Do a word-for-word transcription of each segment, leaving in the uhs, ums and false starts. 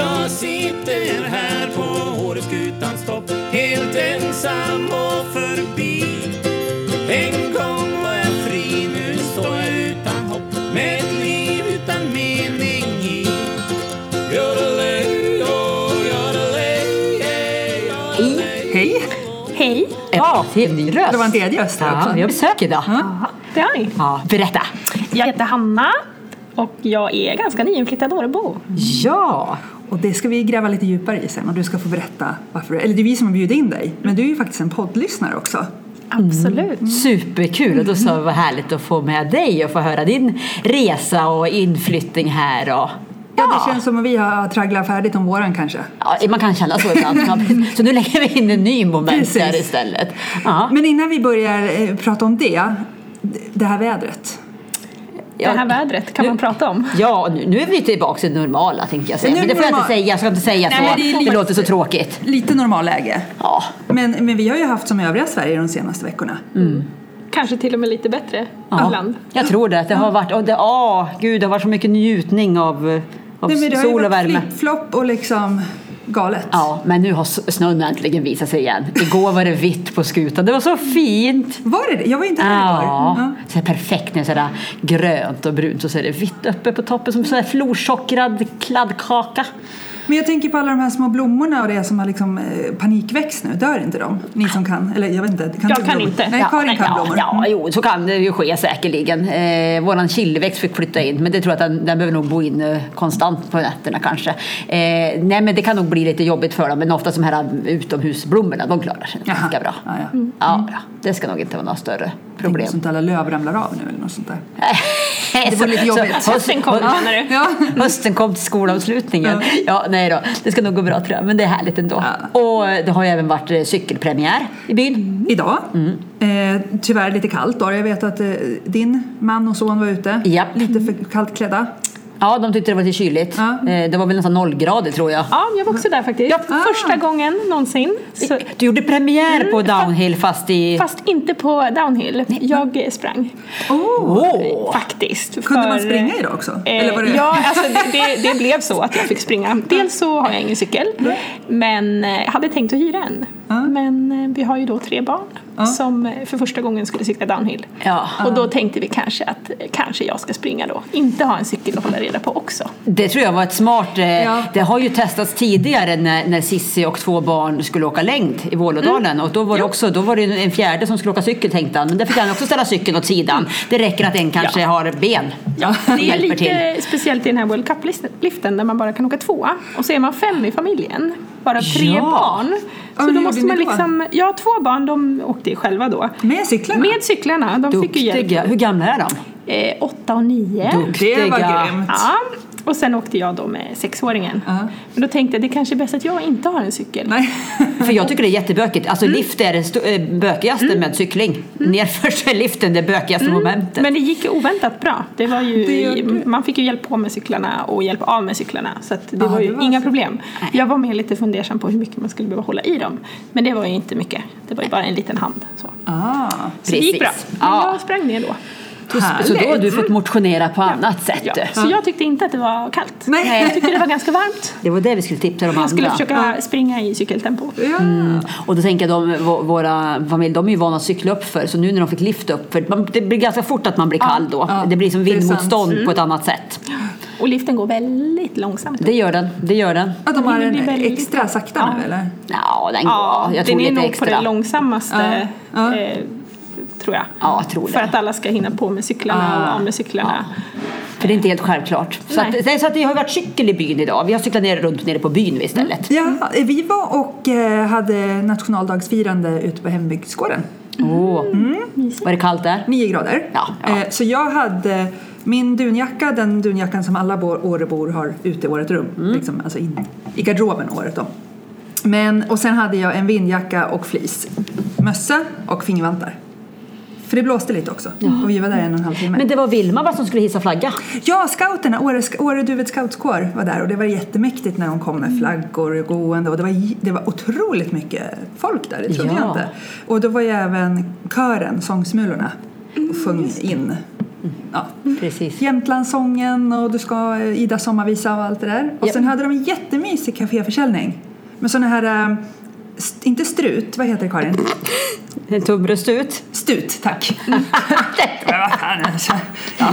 Jag sitter här på Åreskutans topp, helt ensam och förbi. En gång var jag fri, nu står jag utan hopp, med ett liv utan mening i. Yodelay, oh, yodelay, yodelay. Hej. Hej. Ja, det är en ny röst. Det var en tredje röst här också. Ja, vi har besök idag. Ja, det har ni. Ja, berätta. Jag heter Hanna och jag är ganska nyinflyttad Årebo. Ja. Och det ska vi gräva lite djupare i sen och du ska få berätta varför. Eller det är vi som har bjudit in dig, men du är ju faktiskt en poddlyssnare också. Absolut. Mm. Superkul, och då så var härligt att få med dig och få höra din resa och inflyttning här. Och Ja, det känns som att vi har tragglat färdigt om våran kanske. ja, man kan känna så ibland. Så nu lägger vi in en ny moment Precis. där istället. Ja. Men innan vi börjar eh, prata om det, det här vädret. Det här vädret kan man prata om. Ja, nu, nu är vi tillbaka till det normala, tänkte jag säga. Nu Men det får jag normal- inte säga, jag ska inte säga Nej, så. men det är Det, lite- låter så tråkigt. Lite normalläge. Ja. Men, men vi har ju haft som övriga Sverige de senaste veckorna. Kanske till och med lite bättre Ja, ibland. jag tror det. Det har varit, och det, åh, gud, det har varit så mycket njutning av, av Nej, men det har ju sol och varit värme. flip-flop och liksom galet. Ja, men nu har s- snön äntligen visat sig igen. Igår var det vitt på skutan. Det var så fint. Var det det? Jag var inte där igår. Ja, Ja. så här perfekt när det är sådär grönt och brunt, och så är det vitt uppe på toppen som sådär florsockrad kladdkaka. Men jag tänker på alla de här små blommorna och det som har liksom eh, panikväxt nu. Dör inte de? Ni som kan. Eller jag vet inte. Kan Jag du kan blommor? inte. Nej, Ja, Karin nej, kan ja, blommor. ja, jo, så kan det ju ske säkerligen. Eh, våran chiliväxt fick flytta in, men det tror jag att den, den behöver nog bo in eh, konstant på nätterna kanske. Eh, nej, men det kan nog bli lite jobbigt för dem, men ofta de här utomhusblommorna, de klarar sig Jaha. ganska bra. Ja, ja. Ja, ja, det ska nog inte vara några större problem. Sånt alla löv ramlar av nu eller något sånt där. Det var lite jobbigt. Hösten kommer, menar du? Ja. Hösten kom till skolavslutningen. Ja. ja, nej då. Det ska nog gå bra, tror jag. Men det är härligt ändå. Ja. Och det har ju även varit eh, cykelpremiär i byn. Idag. Eh, tyvärr lite kallt då. Jag vet att eh, din man och son var ute. Japp. Lite för kallt klädda. Ja, de tyckte det var lite kyligt. Ja. Eh, det var väl nästan noll grader, tror jag. Ja, jag var också där faktiskt. Ja. Första gången någonsin. Så, Du gjorde premiär på Mm, downhill fast i... fast inte på downhill. Jag sprang. Oh. Faktiskt. Kunde för- man springa idag också? Eh, Eller var det... Ja, alltså det, det, det blev så att jag fick springa. Dels så har jag ingen cykel, men eh, jag hade tänkt att hyra en. Ja. Men eh, vi har ju då tre barn Ja. som eh, för första gången skulle cykla downhill. Ja. Och då tänkte vi kanske att eh, kanske jag ska springa då. Inte ha en cykel att hålla reda på också. Det tror jag var ett smart... Eh, Ja. Det har ju testats tidigare när, när Sissi och två barn skulle åka längd i Vålådalen. Och då var, det också, då var det en fjärde som skulle åka cykel, tänkte han. Men där fick han också ställa cykeln åt sidan. Det räcker att en kanske Ja. har ben. Ja, det är Hjälper lite till. speciellt i den här World Cup-liften där man bara kan åka två. Och så är man fem i familjen, bara tre Ja. barn. Ja, Så hur då gjorde måste ni man då? liksom, ja, två barn, de åkte ju själva då. Med cyklarna? Med cyklarna, de fick ju hjälp. Duktiga. Hur gamla är de? Eh, åtta och nio. Duktiga. Det var grymt. Ja, och sen åkte jag då med sexåringen. Ja. Men då tänkte jag, det kanske är bäst att jag inte har en cykel. Nej. För jag tycker det är jättebökigt. Alltså lift är det sto- äh, bökigaste med cykling. Nerför sig liften, det bökigaste momentet. Men det gick oväntat bra. Det var ju, Det gör det. man fick ju hjälp på med cyklarna och hjälp av med cyklarna. Så att det Ja, var ju det var inga så. problem. Jag var med lite fundersam på hur mycket man skulle behöva hålla i dem. Men det var ju inte mycket. Det var ju bara en liten hand. Så, Ah. så det gick bra. Men Ja. jag sprang ner då. Så då har du fått motionera på annat sätt. Ja. Så jag tyckte inte att det var kallt. Nej. Jag tyckte det var ganska varmt. Det var det vi skulle tipsa de Jag skulle andra. försöka springa i cykeltempo. Ja. Och då tänker jag, de, vå- våra familj, de är ju vana att cykla upp för. Så nu när de fick lyfta upp, för man, det blir ganska fort att man blir kall då. Ja. Det blir som Det är vindmotstånd sant. på ett annat sätt. Och liften går väldigt långsamt. Det gör den, det gör den. Att de har Det blir en väldigt- extra sakta Ja. nu eller? Ja, den går. Ja, Jag tror den är lite nog extra. på det långsammaste, Ja. Ja. Eh, tror jag. Ja, jag tror det. För att alla ska hinna på med cyklarna Ah. och av med cyklarna. För det är inte helt självklart. Så, Nej. att, nej, så att det har varit cykel i byn idag. Vi har cyklat ner runt nere på byn istället. Ja, vi var och eh, hade nationaldagsfirande ute på hembygdsgården. Åh. Var det kallt där? Nio grader. Ja. Eh, så jag hade min dunjacka, den dunjackan som alla bo- Årebor har ute i året rum. Liksom, alltså in, i garderoben året om. Men, och sen hade jag en vindjacka och fleece. Mössa och fingervantar. För det blåste lite också. Och vi var där en och en halv timme. Men det var Vilma bara som skulle hissa flagga. Ja, scouterna, Åre, Åre Duved Scoutskår var där och det var jättemäktigt när de kom med flaggor och gående och det var, det var otroligt mycket folk där, det trodde Ja. jag inte. Och då var ju även kören, Sångsmulorna, och sjöng in ja. Precis. Jämtlandssången och du ska Ida sommarvisa och allt det där. Och Ja. sen hade de en jättemysig kaféförsäljning med såna här, äh, st- inte strut, vad heter det Karin? En tumbröstut. Stut, tack. ja.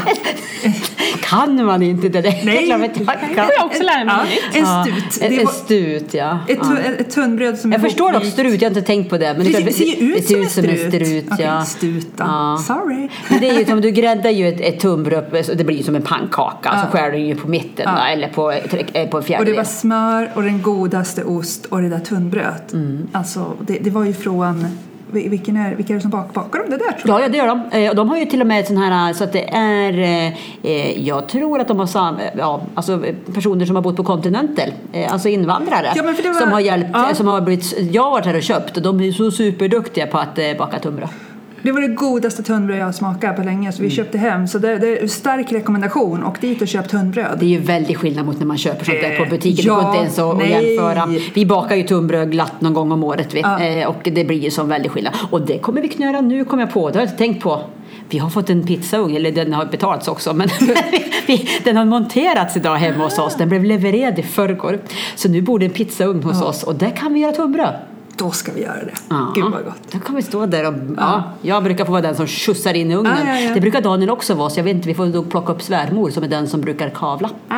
Kan man inte det? Nej. Det är klart att jag Det kan. får jag också lära mig Ja, nytt. en Ja, stut. En, Det en var stut, ja. ett, ja. tu- ett tunnbröd som är Jag förstår dock hopvikt. strut, jag har inte tänkt på det. Men Det det, ser ju ut det som, ser en ut som en strut. strut, Okej, ja. stut då. Ja. Sorry. Men det är ju som du gräddar ju ett, ett tunnbröd, så det blir ju som en pannkaka. Ja. Så skär du ju på mitten Ja. då, eller på, eh, på en Och fjärdedel. det var smör och den godaste ost och det där tunnbröd. Mm. Alltså, det, det var ju från... vil- Vilken är, vilka är det som bak, bakar de det där tror Ja, ja, det gör de. Eh, Och de har ju till och med sån här, så att det är, eh, jag tror att de har sam, ja, alltså personer som har bott på kontinenten, eh, alltså invandrare, Ja, men för det var- som har hjälpt, ja. som har blivit, jag har varit här och köpt och de är ju så superduktiga på att eh, baka tunnbröd. Det var det godaste tunnbröd jag har smakat på länge så vi köpte hem. Så det, det är en stark rekommendation. Och dit och köp tunnbröd. Det är ju väldigt skillnad mot när man köper sånt där på Eh, butiken. ja, det går inte ens att, att nej. jämföra. Vi bakar ju tunnbröd glatt någon gång om året. Vi. Ja. Eh, och det blir ju som väldigt skillnad. Och det kommer vi kunna göra nu, kommer jag på. Det har jag inte tänkt på. Vi har fått en pizzaugn, eller den har betalats också. Men vi, den har monterats idag hemma hos oss. Den blev levererad i förrgår. Så nu bor det en pizzaugn hos Ja. oss. Och där kan vi göra tunnbröd. Då ska vi göra det. Ja. Gud vad gott. Då kan vi stå där och ja. Jag brukar få vara den som skjutsar in i ugnen. Ja, ja, ja. Det brukar Daniel också vara. Så jag vet inte, vi får nog plocka upp svärmor som är den som brukar kavla. Ah.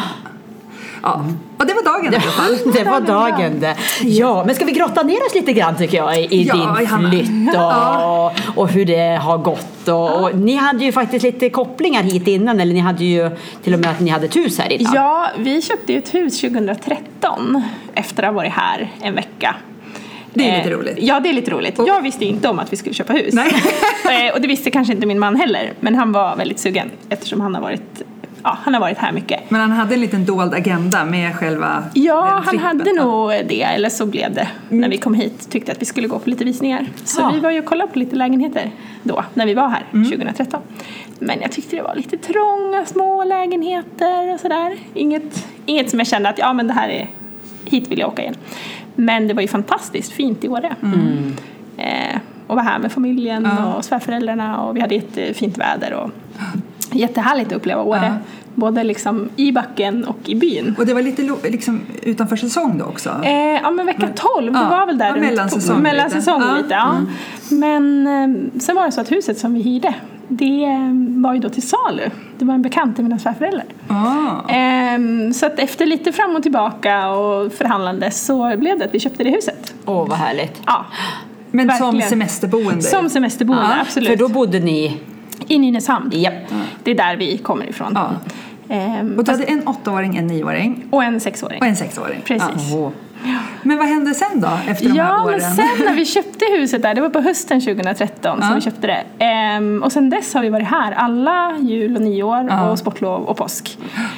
Ja, och det var dagen i alla fall. Det var dagen det. Ja, men ska vi grotta ner oss lite grann tycker jag i, i Ja, din i Hanna. flytt och, Ja. och hur det har gått. Och, och ni hade ju faktiskt lite kopplingar hit innan, eller ni hade ju till och med att ni hade ett hus här innan. Ja, vi köpte ju ett hus tjugotretton efter att ha varit här en vecka. Det är lite Eh, roligt. Ja, det är lite roligt. Och- Jag visste ju inte om att vi skulle köpa hus. Nej. Eh, och det visste kanske inte min man heller. Men han var väldigt sugen eftersom han har varit, ja, han har varit här mycket. Men han hade en liten dold agenda med själva Ja, den han trippen. hade nog det, eller så blev det när vi kom hit. Tyckte att vi skulle gå på lite visningar. Så Ja. vi var ju och kollade på lite lägenheter då, när vi var här tjugotretton. Men jag tyckte det var lite trånga, små lägenheter och sådär. Inget, inget som jag kände att, ja men det här är, hit vill jag åka igen. Men det var ju fantastiskt fint i Åre. Mm. Eh, och var här med familjen Ja. och svärföräldrarna och vi hade jättefint väder och jättehärligt att uppleva Åre. Ja. Både liksom i backen och i byn. Och det var lite lo- liksom utanför säsong då också. Eh, ja men vecka tolv, Ja, det var väl där ja, runt- mellansäsong mellansäsong lite. lite. Ja. Ja. Men eh, sen var det så att huset som vi hyrde, det eh, var ju då till salu. Det var en bekant till mina svärföräldrar. Ah. Eh, så att efter lite fram och tillbaka och förhandlande så blev det att vi köpte det huset. Åh, vad härligt. Ja, Men som verkligen. semesterboende. som semesterboende, Ja, absolut. För då bodde ni... I Nynäshamn. Japp. Det är där vi kommer ifrån. Ja. Eh, Och du hade en åttaåring, en nioåring och en sexåring. och en sexåring. Precis. Åh. Men vad hände sen då efter de här Ja, åren? men sen när vi köpte huset där, det var på hösten tjugotretton Ja. som vi köpte det. Ehm, och sen dess har vi varit här alla jul och nyår Ja. och sportlov och påsk.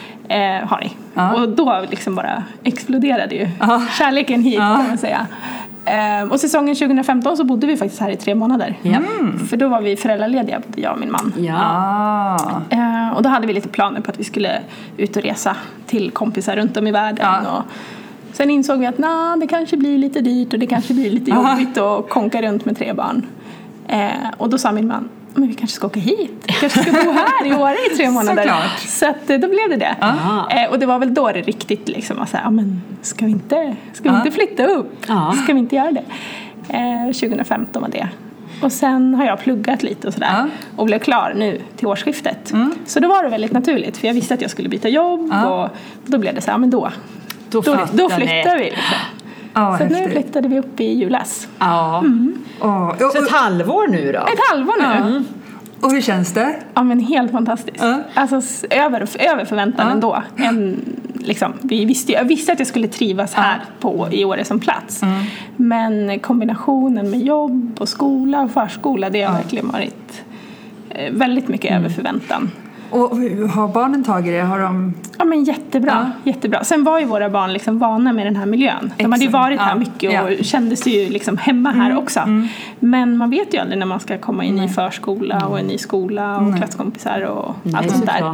Eh, har ni. Ja. Och då liksom bara exploderade ju Ja. kärleken hit Ja. kan man säga. Ehm, och säsongen tjugofemton så bodde vi faktiskt här i tre månader. Ja. För då var vi föräldralediga, både jag och min man. Ja. Ah. Eh, och då hade vi lite planer på att vi skulle ut och resa till kompisar runt om i världen. Ja. Och sen insåg vi att nah, det kanske blir lite dyrt och det kanske blir lite Aha. jobbigt att konka runt med tre barn. Eh, och då sa min man, men vi kanske ska åka hit. Vi kanske ska bo här i Åre i tre månader. Såklart. Så att, eh, då blev det det. Aha. Eh, och det var väl då det riktigt liksom var så här, ja, men ska vi inte, ska vi Ja. inte flytta upp? Ja. Ska vi inte göra det? Eh, tjugofemton var det. Och sen har jag pluggat lite och sådär. Ja. Och blev klar nu till årsskiftet. Mm. Så då var det väldigt naturligt. För jag visste att jag skulle byta jobb. Ja. Och då blev det så här, men då, Då då, flyttar då ni. flyttar vi. Liksom. Ja, Så att nu häftigt. flyttade vi upp i julas. Ja. Åh, och, Så ett och, halvår nu då? Ett halvår nu. och hur känns det? Ja men helt fantastiskt. Ja. Alltså s- över, över förväntan Ja. ändå. En, liksom, vi visste, ju- jag visste att jag skulle trivas här på, i Åre som plats. Mm. Men kombinationen med jobb och skola och förskola, det har verkligen varit eh, väldigt mycket Mm. över förväntan. Och hur har barnen tagit det? Har de... Ja men jättebra, jättebra. Sen var ju våra barn liksom vana med den här miljön. De hade ju Exakt. varit här Ja. mycket och Ja. kände sig ju liksom hemma här också. Men man vet ju aldrig när man ska komma in i förskola och en ny skola och klasskompisar och Nej, allt sånt där. såklart.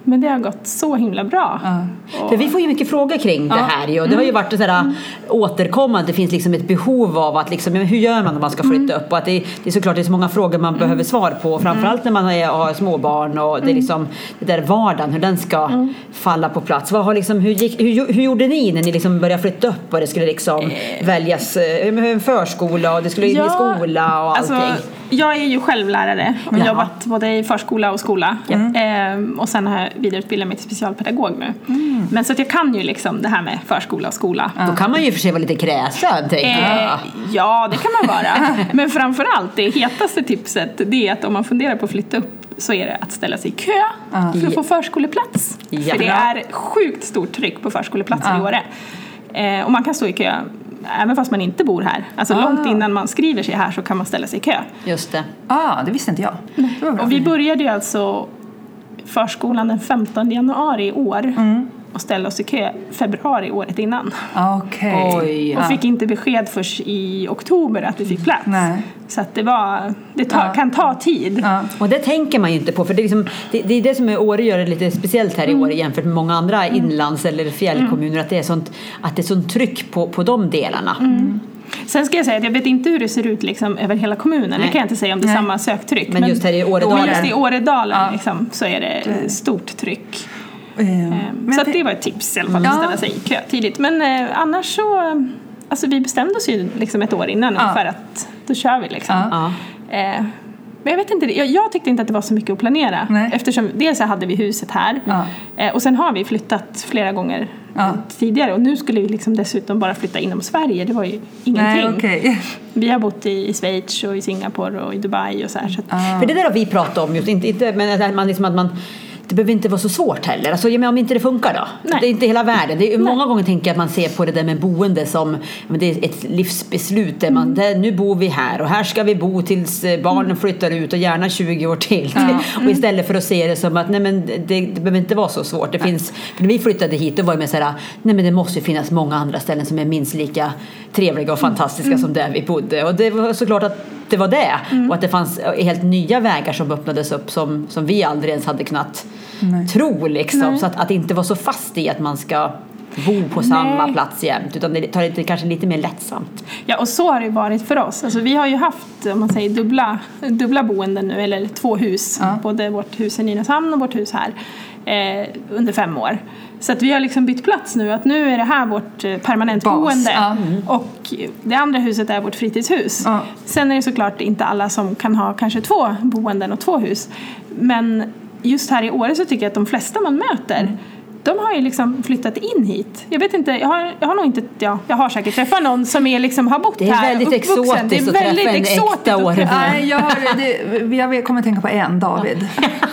Men det har gått så himla bra. Ja. Och, För vi får ju mycket frågor kring det här ju. Och det har ju varit så här, mm. återkommande. Det finns liksom ett behov av att liksom, hur gör man om man ska flytta mm. upp? Och att det, det är såklart det är så många frågor man mm. behöver svar på. Framförallt när man är, har småbarn och det är liksom det där vardagen, hur den ska mm. falla på plats. Vad har liksom, hur, gick, hur, hur gjorde ni när ni liksom började flytta upp och det skulle liksom eh. väljas en förskola och det skulle ja, bli skola och allting? Alltså, jag är ju självlärare och har jobbat både i förskola och skola. Mm. Ehm, och sen har jag vidareutbildat mig till specialpedagog nu. Mm. Men så att jag kan ju liksom det här med förskola och skola. Mm. Då kan man ju för sig vara lite kräsen, tänker jag. Ehm, ja, det kan man vara. Men framförallt, det hetaste tipset det är att om man funderar på att flytta upp så är det att ställa sig i kö mm. för att få förskoleplats. Ja. För det är sjukt stort tryck på förskoleplatser mm. i Åre. Ehm, och man kan stå i kö även fast man inte bor här. Alltså ah. långt innan man skriver sig här så kan man ställa sig i kö. Just det. Ah, det visste inte jag. Mm. Och vi började ju alltså förskolan den femtonde januari i år. Mm. Och ställde oss i kö februari året innan. Okej. Okay. Och fick inte besked först i oktober att vi fick plats. Nej. Så att det var, det tar, ja. kan ta tid. Ja. Och det tänker man ju inte på. För det är, liksom, det, det är det som är Åre gör det lite speciellt här i Åre mm. jämfört med många andra inlands- eller fjällkommuner. Mm. Att det är sånt, att det är sånt tryck på, på de delarna. Mm. Sen ska jag säga att jag vet inte hur det ser ut liksom över hela kommunen. Nej. Det kan jag inte säga om det är Nej. samma söktryck. Men, men just här i Åredalen, just i Åredalen ja. liksom, så är det stort tryck. Mm. Um, så att det var ett tips i alla fall att ställa sig i kö tidigt. Men eh, annars så, alltså vi bestämde oss ju liksom ett år innan ja. för att då kör vi liksom. Ja. Eh, men jag vet inte, jag, jag tyckte inte att det var så mycket att planera. Nej. Eftersom dels så hade vi huset här ja. eh, och sen har vi flyttat flera gånger ja. tidigare. Och nu skulle vi liksom dessutom bara flytta inom Sverige. Det var ju ingenting. Nej, okay. Vi har bott i, i Schweiz och i Singapore och i Dubai och så här. Så att, ja. För det där har vi pratat om just, inte, inte men att man liksom att man det behöver inte vara så svårt heller. Alltså, men om inte det funkar då? Nej. Det är inte hela världen. Det är, många gånger tänker jag att man ser på det där med boende som men det är ett livsbeslut. Där man, där, nu bor vi här och här ska vi bo tills barnen flyttar ut och gärna tjugo år till. Ja. Mm. Och istället för att se det som att nej, men det, det behöver inte vara så svårt. Det finns, för när vi flyttade hit då var det med så här, nej men det måste ju finnas många andra ställen som är minst lika trevliga och fantastiska mm. som där vi bodde. Och det var såklart att det var det. Mm. Och att det fanns helt nya vägar som öppnades upp som, som vi aldrig ens hade kunnat Nej. tro liksom. Nej. Så att, att inte vara så fast i att man ska bo på Nej. samma plats jämt, utan det tar det kanske lite mer lättsamt. Ja, och så har det varit för oss. Alltså, vi har ju haft, om man säger, dubbla, dubbla boenden nu, eller två hus. Ja. Både vårt hus i Nynäshamn och vårt hus här eh, under fem år. Så att vi har liksom bytt plats nu. Att nu är det här vårt permanentboende. Ja. Mm. Och det andra huset är vårt fritidshus. Ja. Sen är det såklart inte alla som kan ha kanske två boenden och två hus. Men just här i Åre så tycker jag att de flesta man möter mm. de har ju liksom flyttat in hit. Jag vet inte, jag har, jag har nog inte, ja, jag har säkert träffat någon som är liksom har bott här. Det är väldigt här, exotiskt det är väldigt att träffa en äkta Årebo. Nej, jag, har, det, jag kommer att tänka på en, David.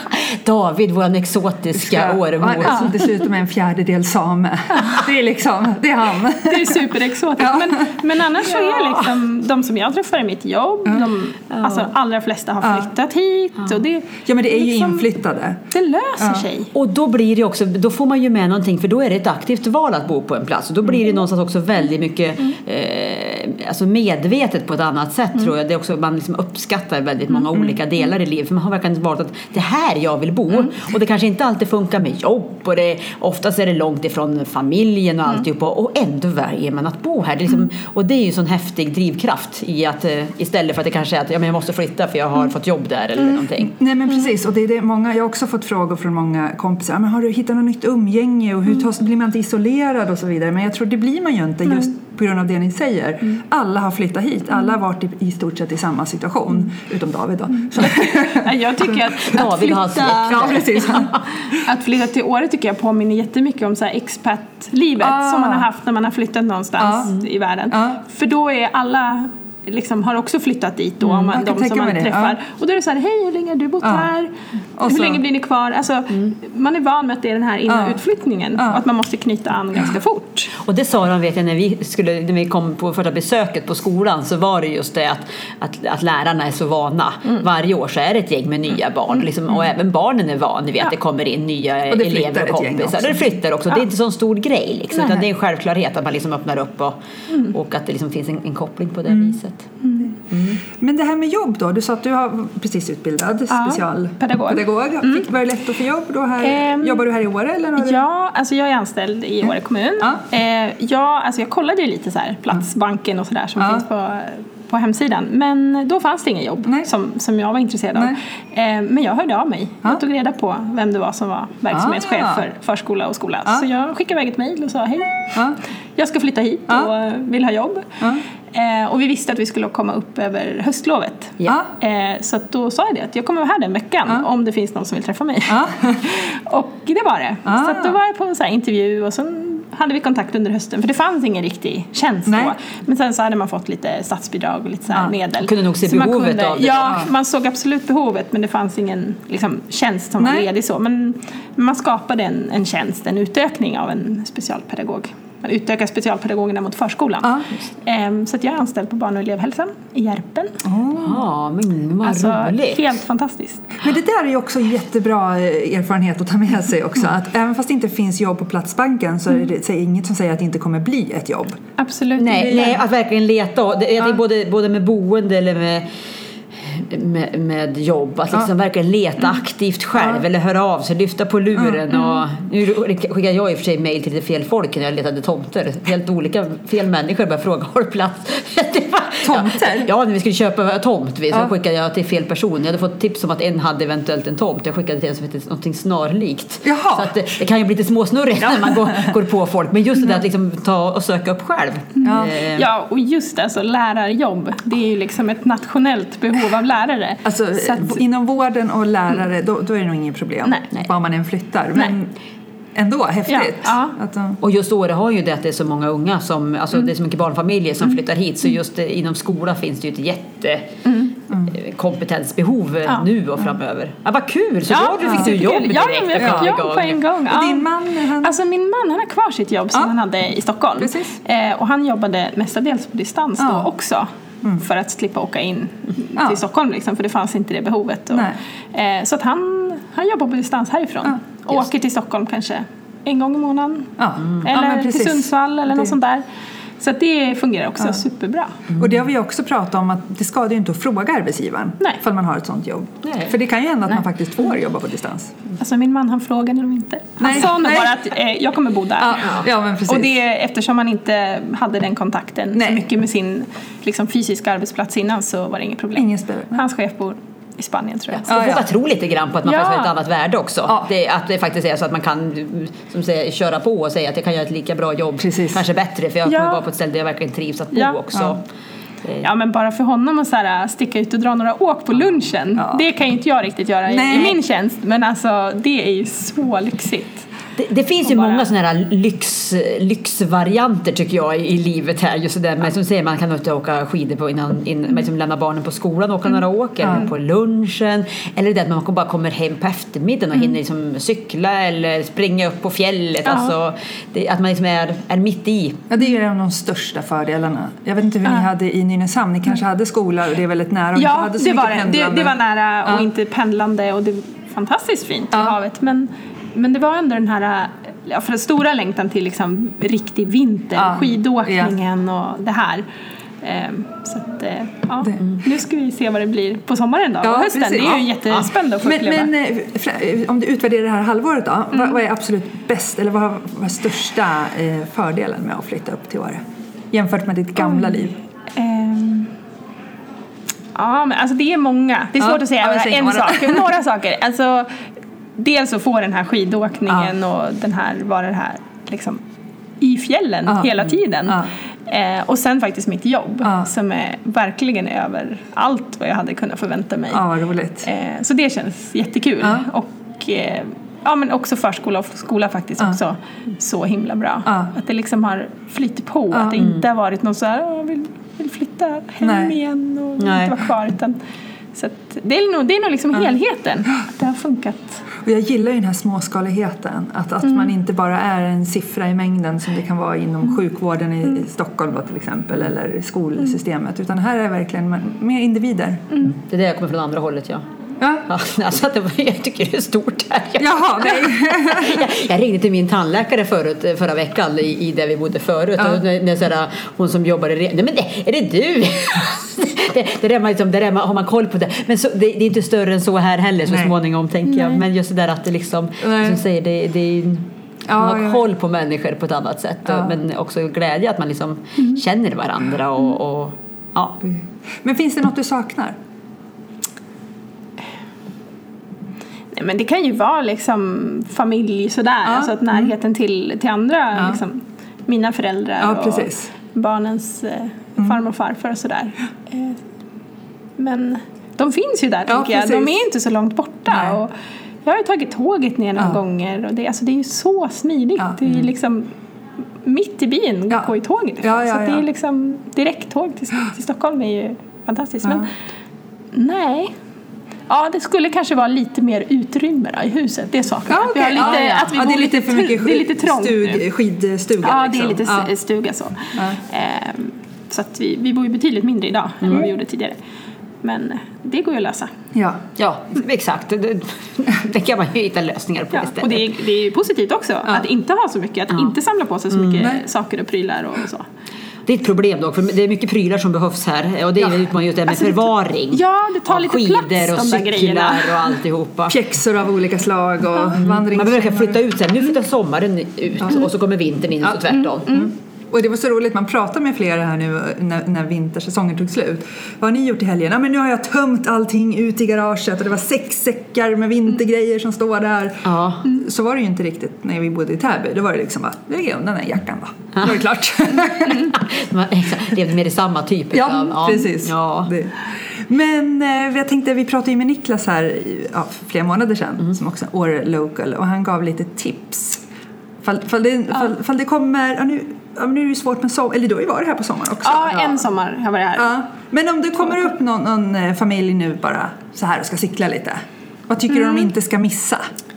David, vår exotiska Årebo. Ja, dessutom är en fjärdedel same. Det är liksom, det är han. Det är superexotiskt. Ja. Men, men annars så är liksom, de som jag träffar i mitt jobb, mm. de ja. alltså, allra flesta har flyttat ja. hit. Ja. Och det, ja, men det är liksom, ju inflyttade. Det löser ja. sig. Och då blir det också, då får man ju med någonting, för då är det ett aktivt val att bo på en plats. Och då blir det mm. någonstans också väldigt mycket mm. eh, alltså medvetet på ett annat sätt mm. tror jag. Det är också, man liksom uppskattar väldigt många mm. olika delar i livet. För man har verkligen valt att det här jag vill bo. Mm. Och det kanske inte alltid funkar med jobb. Och det, oftast är det långt ifrån familjen och mm. alltihop. Och ändå väljer man att bo här. Det är liksom, mm. och det är ju en sån häftig drivkraft i att eh, istället för att det kanske är att ja, men jag måste flytta för jag har mm. fått jobb där eller mm. någonting. Nej men precis. Och det är det många, jag har också fått frågor från många kompisar. Men har du hittat något nytt umgänge? Och hur tas, blir man inte isolerad och så vidare? Men jag tror det blir man ju inte just på grund av det ni säger. Mm. Alla har flyttat hit. Alla har varit i, i stort sett i samma situation. Mm. Utom David då. Mm. Jag tycker att, att David flytta, har ja, precis. att flytta till Åre tycker jag påminner jättemycket om så här expat-livet ah. som man har haft när man har flyttat någonstans ah. i världen. Ah. För då är alla liksom har också flyttat dit då, mm, man, de som man träffar. Ja. Och då är det så här, hej, hur länge har du bott ja. här? Och hur så, länge blir ni kvar? Alltså, mm. man är van med att det är den här in- och ja. utflyttningen. Ja. Och att man måste knyta an ja. ganska fort. Och det sa de, vet jag, när vi, skulle, när vi kom på första besöket på skolan, så var det just det att, att, att lärarna är så vana. Mm. Varje år så är det ett gäng med nya barn. Mm. Liksom, och även barnen är vana vid att ja. det kommer in nya och elever och kompisar. Och det flyttar också. Ja. Det är inte så en stor grej. Liksom, utan det är en självklarhet att man liksom öppnar upp och, mm. och att det liksom finns en, en koppling på det mm. viset. Mm. Mm. Men det här med jobb då, du sa att du har precis utbildad ja, specialpedagog. pedagog. Mm. Fick, var det lätt att få jobb då här? Um, jobbar du här i Åre? Eller har du... Ja, alltså jag är anställd i Åre kommun. Ja. Eh, ja, alltså jag kollade ju lite så här, Platsbanken och sådär som ja. finns på, på hemsidan. Men då fanns det inga jobb som, som jag var intresserad av. Eh, men jag hörde av mig. Ja. Jag tog reda på vem det var som var verksamhetschef ah. för förskola och skola. Ja. Så jag skickade iväg ett mejl och sa hej. Ja. Jag ska flytta hit ja. och vill ha jobb. Ja. Eh, och vi visste att vi skulle komma upp över höstlovet. Ja. Eh, så att då sa jag det att jag kommer vara här den veckan ja. om det finns någon som vill träffa mig. Ja. Och det var det. Ja. Så att då var jag på en så här intervju och sen hade vi kontakt under hösten. För det fanns ingen riktig tjänst Nej. då. Men sen så hade man fått lite statsbidrag och lite så här ja. medel. Man kunde nog se så behovet kunde, av det. Ja, ja, man såg absolut behovet men det fanns ingen liksom, tjänst som Nej. var ledig så. Men man skapade en, en tjänst, en utökning av en specialpedagog. Man utökar specialpedagogerna mot förskolan. Ja, ehm, så att jag är anställd på barn- och elevhälsan i Järpen. Ja, oh, men vad alltså, roligt. Helt fantastiskt. Men det där är ju också jättebra erfarenhet att ta med sig också. Att även fast det inte finns jobb på Platsbanken så är det, så är det inget som säger att det inte kommer bli ett jobb. Absolut. Nej, nej att verkligen leta. Jag tänker ja. både, både med boende eller med... Med, med jobb, att liksom ja. verkligen leta mm. aktivt själv ja. eller höra av sig, lyfta på luren mm. och nu skickar jag i och för sig mejl till lite fel folk när jag letade tomter, helt olika fel människor bara fråga har du plats tomter? Ja, ja, när vi skulle köpa tomt så ja. skickade jag till fel person. Jag hade fått tips om att en hade eventuellt en tomt, jag skickade till en som heter någonting snarlikt. Jaha. Så att det, det kan ju bli lite småsnurrigt ja. när man går, går på folk, men just det där att liksom ta och söka upp själv. Ja, eh. ja och just det, alltså lärarjobb, det är ju liksom ett nationellt behov av lärare. Alltså, att, inom vården och lärare då, då är det nog inget problem nej, nej. var man än flyttar men nej. ändå häftigt ja, ja. Att, uh... och just Åre har ju det att det är så många unga som, alltså mm. det är så mycket barnfamiljer som mm. flyttar hit så just eh, inom skolan finns det ju ett jätte mm. eh, kompetensbehov ja. nu och framöver. Ja, vad kul, så ja, då fick ja. du jobb direkt. Ja, jag fick ja. jobb på en gång. Ja. Och din man? Han... Alltså min man, han har kvar sitt jobb som ja. han hade i Stockholm. Eh, och han jobbade mestadels på distans ja. då också. Mm. För att slippa åka in ja. till Stockholm liksom, för det fanns inte det behovet. Och, eh, så att han, han jobbar på distans härifrån. Ja, och åker till Stockholm kanske en gång i månaden. Ja. Mm. Eller ja, till Sundsvall eller det. något sånt där. Så att det fungerar också ja. superbra. Mm. Och det har vi också pratat om att det ska ju inte att fråga arbetsgivaren Nej. för man har ett sånt jobb. Nej. För det kan ju hända att Nej. man faktiskt får jobba på distans. Alltså min man, han frågade nog inte. Han Nej. sa nog bara att eh, jag kommer bo där. Ja, ja, men precis. Och det eftersom man inte hade den kontakten Nej. så mycket med sin liksom, fysiska arbetsplats innan så var det inget problem. Ingen spel. Hans chef bor i Spanien tror jag. Ja, så du får ja. tro lite grann på att man ja. faktiskt har ett annat värde också. Ja. Det, att det faktiskt är så att man kan som säger, köra på och säga att jag kan göra ett lika bra jobb. Precis. Kanske bättre för jag ja. kommer vara på ett ställe där jag verkligen trivs att bo ja. också. Ja. Ja, men bara för honom att så här, sticka ut och dra några åk på lunchen ja. det kan ju inte jag riktigt göra i, i min tjänst. Men alltså det är ju så lyxigt. Det, det finns ju bara... många sådana här lyx, lyxvarianter tycker jag i, i livet här. Just det där med som säger man kan inte åka skidor på innan, innan mm. liksom lämna barnen på skolan och åka mm. några åk eller mm. på lunchen. Eller det att man bara kommer hem på eftermiddagen och mm. hinner liksom cykla eller springa upp på fjället. Ja. Alltså, det, att man liksom är, är mitt i. Ja, det är ju de största fördelarna. Jag vet inte hur ja. ni hade i Nynäshamn. Ni kanske hade skola och det är väldigt nära. Och ja, hade så det, var det. det. Det var nära och ja. inte pendlande och det var fantastiskt fint ja. i havet. Men Men det var ändå den här ja, för den stora längtan till liksom riktig vinter, ja. skidåkningen ja. och det här. Ehm, så att, ja, det. nu ska vi se vad det blir på sommaren då, ja, och hösten. Precis. Det är ju ja. jättespännande att få men, uppleva. Men om du utvärderar det här halvåret då, mm. vad, vad är absolut bäst eller vad är största eh, fördelen med att flytta upp till Åre? Jämfört med ditt gamla mm. liv? Ehm. Ja, men alltså det är många. Det är svårt ja. att säga ja, en sak. Några saker. Alltså dels att få den här skidåkningen ja. och den här, vara det här liksom, i fjällen ja. hela tiden. Ja. Eh, och sen faktiskt mitt jobb ja. som är verkligen över allt vad jag hade kunnat förvänta mig. Ja, roligt. Eh, så det känns jättekul. Ja. Och eh, ja, men också förskola och skola faktiskt ja. också så himla bra. Ja. Att det liksom har flyttat på. Ja. Att det inte har varit någon så här, jag vill, vill flytta hem Nej. igen och Nej. inte vara kvar utan så att det är nog, det är nog liksom ja. helheten att det har funkat. Och jag gillar ju den här småskaligheten att, att mm. man inte bara är en siffra i mängden som det kan vara inom mm. sjukvården i mm. Stockholm då, till exempel eller skolsystemet utan här är verkligen mer individer. Mm. Det är det jag kommer från andra hållet ja. Ja. Ja, alltså att det var, jag tycker det är stort här. Jaha, nej. jag, jag ringde till min tandläkare förut, förra veckan i, i där vi bodde förut. Ja. Och när, när sådär, hon som jobbade... Nej men det, är det du? det, det, där man liksom, det där man, har man koll på det. Men så, det, det är inte större än så här heller så Nej. småningom tänker jag. Nej. Men just det där att det liksom, som säger, det, det är Ja, man har ja. koll på människor på ett annat sätt. Ja. Men också glädje att man liksom Mm. känner varandra och, och ja. Men finns det något du saknar? Nej, men det kan ju vara liksom familj sådär. Ja. Alltså att närheten till, till andra, Ja. liksom, mina föräldrar Ja, och precis. barnens eh, farmor och farfar och sådär. Eh, men de finns ju där, Ja, tänker jag. De precis. är inte så långt borta. Nej. Och jag har ju tagit tåget ner några Ja. gånger. Och det, alltså, det är ju så smidigt. Ja. Det är ju liksom mitt i byn Ja. går ju tåget. Ja, ja, så att det ja. är liksom direkttåg till, till Stockholm är ju fantastiskt. Ja. Men nej. Ja, det skulle kanske vara lite mer utrymme då, i huset. Det saknar jag. Ja, Att vi har okej. lite, Ja, ja. att vi Ja, det är bor lite för mycket det är lite trångt stug, nu. skidstuga. Ja, liksom. det är lite Ja. ja. stuga så. Ja. Ehm, så att vi, vi bor ju betydligt mindre idag än vad vi gjorde tidigare. Men det går ju att lösa. Ja. Ja, exakt. Det, det kan man ju hitta lösningar på Ja. istället. Och det är, det är ju positivt också att inte ha så mycket, att Ja. inte samla på sig så mycket Nej. saker och prylar och så. Det är ett problem dock, för det är mycket prylar som behövs här. Och det är Ja. ju utmaningen just det med Alltså, förvaring. ja, det tar av lite skidor plats, och de där cyklar grejerna. och alltihopa. Pjäxor av olika slag och mm. vandrings... Man brukar flytta ut sen. Nu flyttar sommaren ut och så kommer vintern in och så tvärtom. Mm. Och det var så roligt, man pratade med flera här nu när, när vintersäsongen tog slut. Vad har ni gjort i helgen? Ja, men nu har jag tömt allting ut i garaget och det var sex säckar med vintergrejer som står där. Ja. Så var det ju inte riktigt när vi bodde i Täby. Då var det liksom bara, lägg undan den jackan då. Då var det klart. Man exakt, levde med det samma typ Ja, av... precis. Ja. Det. Men eh, jag tänkte, vi pratade ju med Niklas här i, ja, för flera månader sedan, Mm. som också är Åre Local, och han gav lite tips. Fall, fall, det, fall, fall det kommer, ja, nu, ja, men nu är det ju svårt med sommar, eller du har ju varit här på sommaren också. Ja, en sommar har jag varit här. Ja. Men om det kommer upp någon, någon eh, familj nu bara så här och ska cykla lite, vad tycker du de inte ska missa?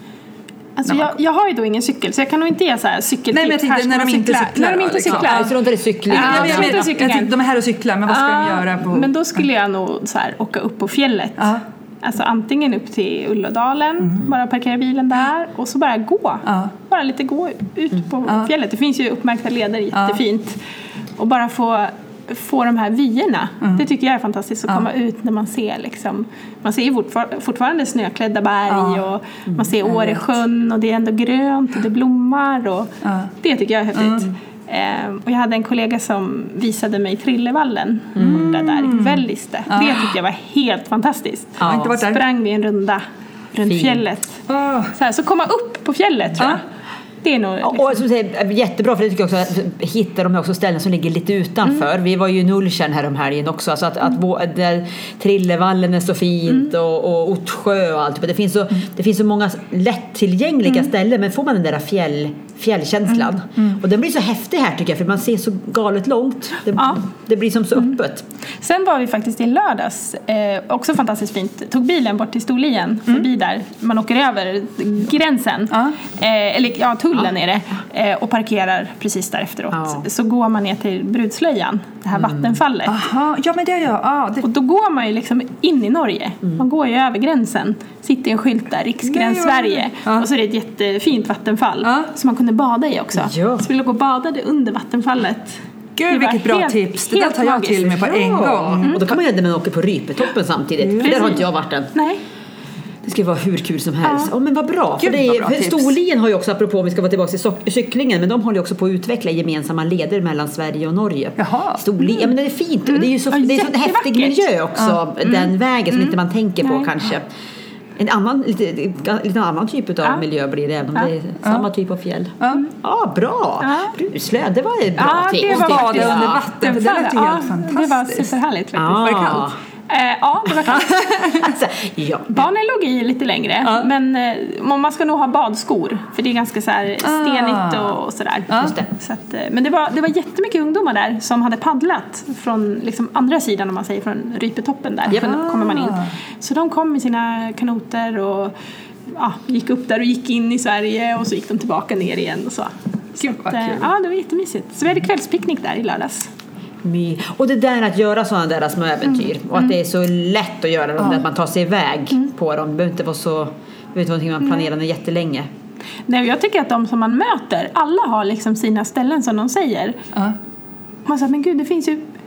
Alltså jag, jag har ju då ingen cykel så jag kan nog inte ge så här cykeltips. Nej, men jag tänkte Här ska när man de inte cykla. cyklar När de då, inte liksom. cyklar. Ja, så de är cykling. Ja, jag, jag jag, vet jag, inte cyklingen. jag, de är här och cyklar, men vad ska de göra på... Men då skulle jag nog så här, åka upp på fjället. Ja. Alltså antingen upp till Ullådalen, bara parkera bilen där och så bara gå. Ja. Bara lite gå ut på Ja. fjället. Det finns ju uppmärkta leder, jättefint. Och bara få, få de här vyerna. Det tycker jag är fantastiskt att komma ut när man ser liksom, man ser ju fortfar- fortfarande snöklädda berg Ja. och man ser Åresjön och det är ändå grönt och det blommar och Ja. det tycker jag är häftigt. Ehm, och jag hade en kollega som visade mig Trillevallen borta där i Välliste. Det tyckte jag var helt fantastiskt. Jag har inte varit där. Sprang vi en runda runt Fint. fjället. Åh. Så, här, så komma upp på fjället tror jag. Det är nog liksom, Och som säger, jättebra, för det tycker jag också, att hittar de också ställen som ligger lite utanför. Mm. Vi var ju i Nulltjärn här om helgen också, alltså att, att vå- där Trillevallen är så fint Mm. och, och Ottsjö och allt. Det finns så, det finns så många lättillgängliga Mm. ställen, men får man den där fjäll, fjällkänslan. Och den blir så häftig här tycker jag, för man ser så galet långt. Det, Ja. det blir som så öppet. Sen var vi faktiskt i lördags, eh, också fantastiskt fint. Tog bilen bort till Storlien, förbi där. Man åker över gränsen, Ja. eh, eller ja, tullen är det, eh, och parkerar precis där efteråt. Ja. Så går man ner till Brudslöjan, det här vattenfallet. Aha, ja men det gör jag. Ja, det... Och då går man ju liksom in i Norge. Man går ju över gränsen. Sitter en skylt där, Riksgräns Nej, ja. Sverige. Ja. Och så är det ett jättefint vattenfall. Ja. Som man kunde bada i också. Ja. Så vi låg och badade under vattenfallet. Det Gud var vilket bra helt- tips. Det där helt tar jag magiskt. till mig på en gång. Och då kan man göra det när man åker på Rypetoppen samtidigt. För där har inte jag varit än. Nej. Det skulle vara hur kul som helst. Ja, men vad bra. För Gud, det vad är, bra för tips. Storlien har ju också, apropå om vi ska vara tillbaka till sock- cyklingen, men de håller ju också på att utveckla gemensamma leder mellan Sverige och Norge. Jaha. Storlien, ja men det är fint. Det är ju så, Ja, det är så en häftig jättevackert. miljö också, den vägen som inte man tänker på Nej. kanske. En annan, lite, lite annan typ av Ja. miljö blir det, även om Ja. det är samma typ av fjäll. Ja. Ja, bra. Ja. Bruslöv, det var ett bra Ja, tips. det var Bada faktiskt- under vatten, för det lät ju Ja, helt det var fantastiskt. superhärligt faktiskt. Var det kallt? Eh, ja, det var kallt. Alltså, ja. Barnen låg i lite längre, men eh, man ska nog ha badskor för det är ganska så här stenigt och, och sådär. Just det. Så att, eh, men det var, det var jättemycket ungdomar där som hade paddlat från liksom andra sidan, om man säger, från Rypetoppen där. Japp. Sen kommer man in. Så de kom med sina kanoter och ja, gick upp där och gick in i Sverige och så gick de tillbaka ner igen och så. Gud, vad Eh, kul. Ja, det var jättemysigt. Så vi hade kvällspicknick där i lördags. My. Och det där att göra sådana där små äventyr och att det är så lätt att göra dem, att man tar sig iväg på dem. Det behöver inte vara så, det behöver inte vara någonting man planerar jättelänge. Nej, och jag tycker att de som man möter, alla har liksom sina ställen som de säger. Ja. Man säger, men gud, det finns ju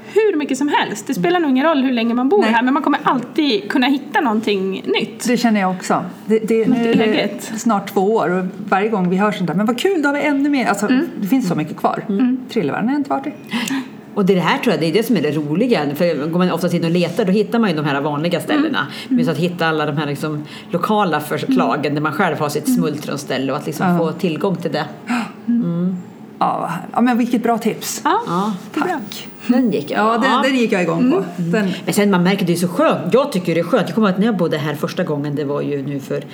hur mycket som helst. Det spelar nog ingen roll hur länge man bor Nej. här, men man kommer alltid kunna hitta någonting nytt. Det känner jag också. Det, det, nu är det eget. snart två år och varje gång vi hör sånt där, men vad kul, då har vi ännu mer. Alltså, Mm. det finns så mycket kvar. Mm. Trillevärlden har jag inte varit i. Och det här tror jag, det är det som är det roliga. För går man ofta in och letar, då hittar man ju de här vanliga ställena. Mm. Men så att hitta alla de här liksom lokala förslagen mm. där man själv har sitt smultronställe och att liksom mm. få tillgång till det. Mm. Ja, ja, men vilket bra tips. Ja, ja. Tack. Den gick jag. Ja, den, den gick jag igång på. Mm. Den. Men sen man märker det är så skönt. Jag tycker det är skönt. Jag kommer att när jag bodde här första gången, det var ju nu för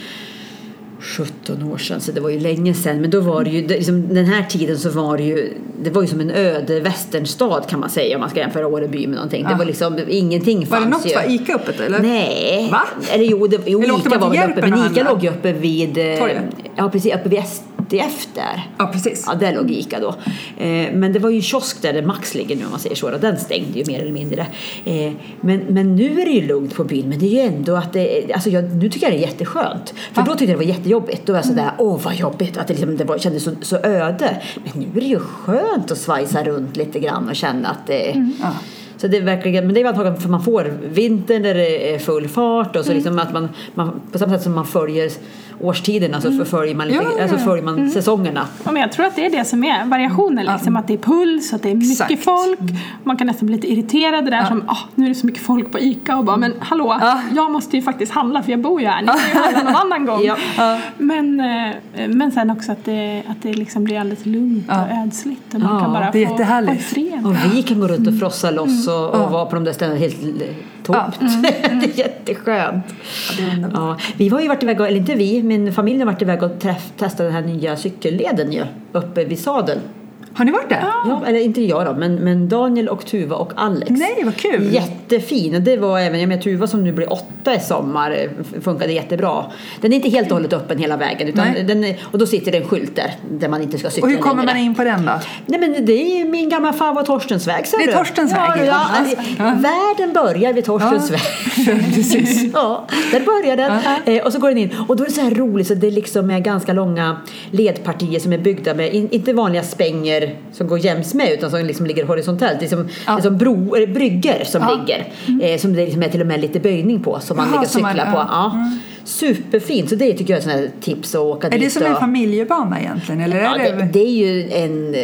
sjutton år sedan, så det var ju länge sedan, men då var det ju liksom, den här tiden så var det ju det var ju som en öde västernstad kan man säga om man ska jämföra Åreby med någonting. Ja. Det var liksom ingenting fanns. Var det något ju. Var Ica öppet eller? Nej. Va? Eller jo, det, jo eller Ica var väl uppe, men Ica låg ju uppe vid Torget. ja precis uppe vid S D F där. Ja, precis. Ja, där låg Ica då. Eh, men det var ju en kiosk där, där Max ligger nu om man säger så. Den stängde ju mer eller mindre. Eh, men, men nu är det ju lugnt på byn. Men det är ju ändå att det, alltså jag, nu tycker jag det är jätteskönt. För ja. Då tyckte jag det var jättejobbigt. Då var jag sådär, åh mm. vad jobbigt. Att det, liksom, det var, kändes så, så öde. Men nu är det ju skönt att svajsa runt lite grann och känna att det mm. ja. Så det är verkligen, men det är antagligen för man får vintern när det är full fart och så mm. liksom att man, man på samma sätt som man följer årstiderna så mm. följer man lite, ja, ja, ja. Alltså följer man mm. säsongerna. Ja, men jag tror att det är det som är variationen liksom, mm. att det är puls, att det är mycket Exakt. folk. Man kan nästan bli lite irriterad där ja. som, ah, nu är det så mycket folk på Ica och bara, men hallå, ja. jag måste ju faktiskt handla för jag bor ju här. Ni kan ju handla någon annan gång. Ja. Ja. Men, men sen också att det, att det liksom blir alldeles lugnt ja. och ödsligt och man ja, kan bara det är få, jättehärligt. få fred. Och vi kan gå runt och frossa loss och, och ja. vara på de där ställena helt tomt. Ja. Mm. Det är jätteskönt. Ja, det är ja. Vi har ju varit iväg, eller inte vi, min familj har varit iväg och träff, testat den här nya cykelleden ju, uppe vid Sadeln. Har ni varit där? Ja, eller inte jag då, men, men Daniel och Tuva och Alex. Nej, vad kul. Jättefin. Och det var även, jag menar Tuva som nu blir åtta i sommar funkade jättebra. Den är inte helt och hållet öppen hela vägen. Utan den är, och då sitter det en skylt där, där man inte ska cykla längre. Och hur kommer längre. man in på den då? Nej, men det är min gamla farvar Torstensväg. Det är Torstensväg. Ja, ja, ja. Ja. Världen börjar vid Torstensväg. Ja, precis. Ja, där börjar den. Ja. Eh, och så går den in. Och då är det så här roligt, så det liksom är ganska långa ledpartier som är byggda med, in, inte vanliga spänger som går jäms med utan som liksom ligger horisontellt. Det är som, ja. det är som bro, eller brygger som ja. ligger. Mm. Eh, som det liksom är till och med lite böjning på som man Jaha, ligger cykla man, på. Ja. Ja. Mm. Superfint. Så det tycker jag är sådana tips att åka är dit. Är det som och... en familjebana egentligen? Eller ja, är det... Det, det är ju en...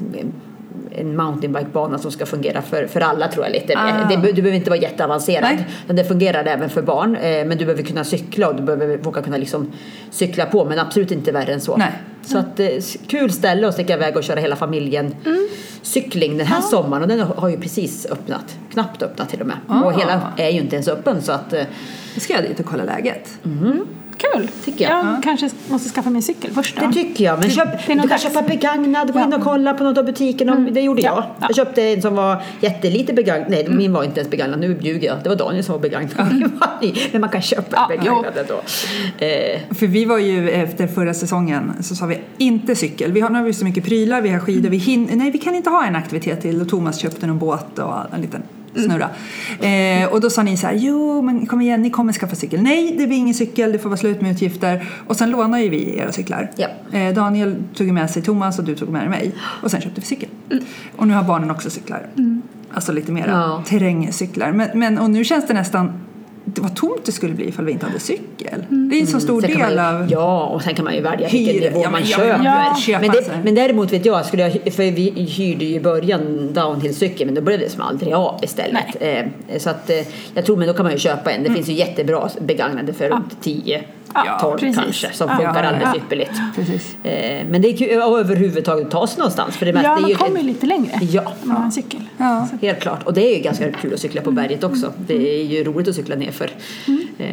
en mountainbikebana som ska fungera för, för alla tror jag lite. Ah. Det, du behöver inte vara jätteavancerad. Men det fungerar även för barn. Eh, men du behöver kunna cykla och du behöver våga kunna liksom cykla på. Men absolut inte värre än så. Nej. Så att, eh, kul ställe att sticka iväg och köra hela familjen mm. cykling den här ja. sommaren. Och den har ju precis öppnat. Knappt öppnat till och med. Ah. Och hela är ju inte ens öppen. Så att, eh, ska jag dit och kolla läget? Mm. Kul, tycker jag. Jag ja. kanske måste skaffa min cykel först då. Det tycker jag, men köp, du kan dags. köpa begagnad, gå ja. in och kolla på något av butikerna. Mm. Det gjorde jag. Ja. Ja. Jag köpte en som var jättelite begagnad. Nej, mm. min var inte ens begagnad, nu ljuger jag. Det var Daniel som var begagnad. Mm. Men man kan köpa ja, begagnad då. Eh. För vi var ju efter förra säsongen så sa vi inte cykel. Vi har, nu har vi så mycket prylar, vi har skidor. Vi hin- nej, vi kan inte ha en aktivitet till. Och Thomas köpte en båt och en liten snurra. Mm. Eh, och då sa ni så här, jo men kom igen, ni kommer skaffa cykel. Nej, det blir ingen cykel, det får vara slut med utgifter. Och sen lånar ju vi era cyklar. Ja. Eh, Daniel tog med sig Thomas och du tog med mig. Och sen köpte vi cykel. Mm. Och nu har barnen också cyklar. Mm. Alltså lite mer ja. terrängcyklar. Men, men, och nu känns det nästan, det var tomt det skulle bli ifall vi inte hade cykel. Mm. Det är en så stor mm. del man, av... Ja, och sen kan man ju välja vilken nivå ja, man ja, köper. Ja. Men, det, men däremot vet jag, skulle jag, för vi hyrde ju i början downhill-cykel, men då blev det som aldrig av istället. Eh, så att eh, jag tror, men då kan man ju köpa en. Det mm. finns ju jättebra begagnade för runt tio Ja, tolv precis. kanske som ja, funkar ja, alldeles ja. ypperligt. Ja, eh, men det är kul att överhuvudtaget ta sig någonstans. För det mesta ja, man är ju kommer ett, ju lite längre ja. när man har en cykel. Ja. Helt klart. Och det är ju ganska kul att cykla på berget också. Det är ju roligt att cykla ner för. Mm. Eh,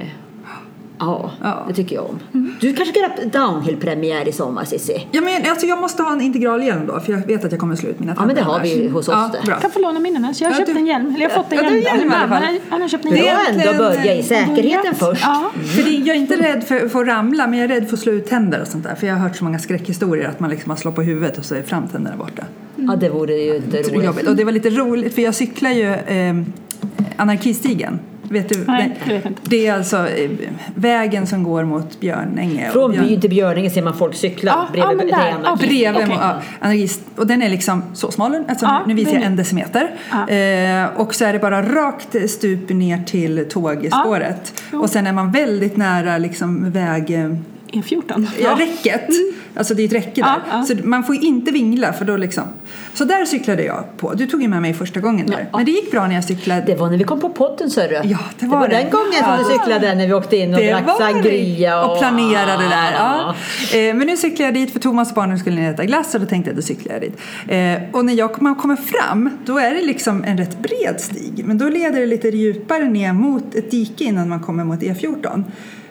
Ja, ja, det tycker jag om. Mm. Du kanske ska göra downhill-premiär i sommar, Cissi? Ja, men alltså, jag måste ha en integralhjälm då, för jag vet att jag kommer slå ut mina tänder. Ja, men det har vi hos oss ja, där. Jag kan få låna min annars. Jag har ja, köpt du... en hjälm. Eller jag har fått en ja, hjälm. hjälm Han, han har köpt en hjälm. hjälm. Du har ändå börja i säkerheten först. Ja. Mm. För det, jag är inte rädd för, för att ramla, men jag är rädd för att slå ut tänder och sånt där. För jag har hört så många skräckhistorier att man liksom har slår på huvudet och så är framtänderna borta. Mm. Ja, det vore ju inte roligt. Och det var lite roligt, för jag cyklar ju eh, anarkistigen. Vet du? Nej, det vet jag inte. Det är alltså eh, vägen som går mot Björnänge. Från Björn... byn till Björnänge ser man folk cykla Ja, bredvid ja, men det där. ena. Ja, Bredvid, Okej. ja, analys, och den är liksom så smal, alltså Ja, nu visar jag det är- en decimeter. Ja. Eh, och så är det bara rakt stup ner till tågspåret. Ja. Och sen är man väldigt nära liksom väg... eh, E fjorton. Ja, räcket. Alltså det är ett räcke där. Ja, ja. Så man får ju inte vingla för då liksom. Så där cyklade jag på. Du tog ju med mig första gången där. Ja. Men det gick bra när jag cyklade. Det var när vi kom på podden, sörru. Ja, det det var var det. den gången Ja. som du cyklade när vi åkte in och Det drack var sangria. och, och planerade där. Ja. Eh, men nu cyklar jag dit för Thomas och barnen skulle äta glass och då tänkte jag då cyklar jag dit. Eh, och när jag, man kommer fram då är det liksom en rätt bred stig. Men då leder det lite djupare ner mot ett dike innan man kommer mot E fjorton.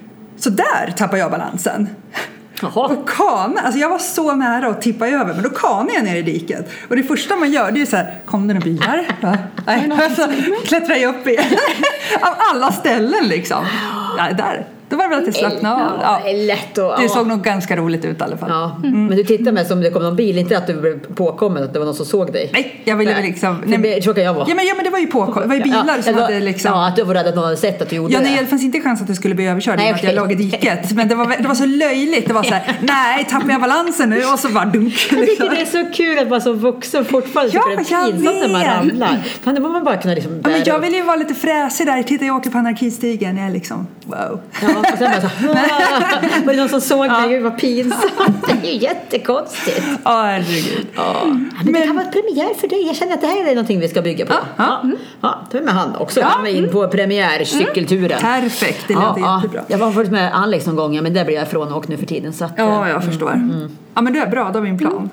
Så där tappar jag balansen. Jaha. Och kana, alltså jag var så nära att tippa över, men då kanar jag ner i diket. Och det första man gör det är så här, kom det några bilar? Ja. Nej, så klättrar jag upp igen. Av alla ställen liksom. Ja, där. Då var det väl att jag slappnade av. Ja, det är lätt att, Det ja. såg nog ganska roligt ut i alla fall. Ja. Men du tittade med som det kom någon bil, inte att du blev påkommen, att det var någon som såg dig. Nej, jag ville väl liksom... Nej, men, så kan jag vara. Ja men, ja, men det var ju på, det var ju bilar ja, som eller- hade liksom... Ja, att du var rädd att någon hade sett att du gjorde Ja, det. nej, det fanns inte chans att det skulle bli överkörd Nej, i och med att jag okej. låg i diket. Men det var, det var så löjligt. Det var så här, nej, tappar jag balansen nu? Och så bara dunk. Jag Liksom. tycker det är så kul att vara så vuxen fortfarande. Ja, tycker det är jag pinsamt när man vet. ramlar. Fan, det må man bara kunna liksom Ja, men bära jag upp. vill ju vara lite fräsig där. Titta, jag åker på anarkistigen. Jag är liksom, wow. Ja, och sen bara så här, var det någon som såg mig? Gud vad pinsamt. Det är ju jättekonstigt. Ja, herregud. Ja. Men det kan vara ett premiär för dig. Jag känner att det här är någonting vi ska bygga på. Ja, ja. ja tar vi med han också. Ja. Han var in på premiärcykelturen. Perfekt, det låter ja, jättebra. Jag var först med Alex någon gång, men där blev jag ifrån och nu för tiden. Så att, Ja, jag förstår. Mm. Ja, men det är bra. Då har vi en plan.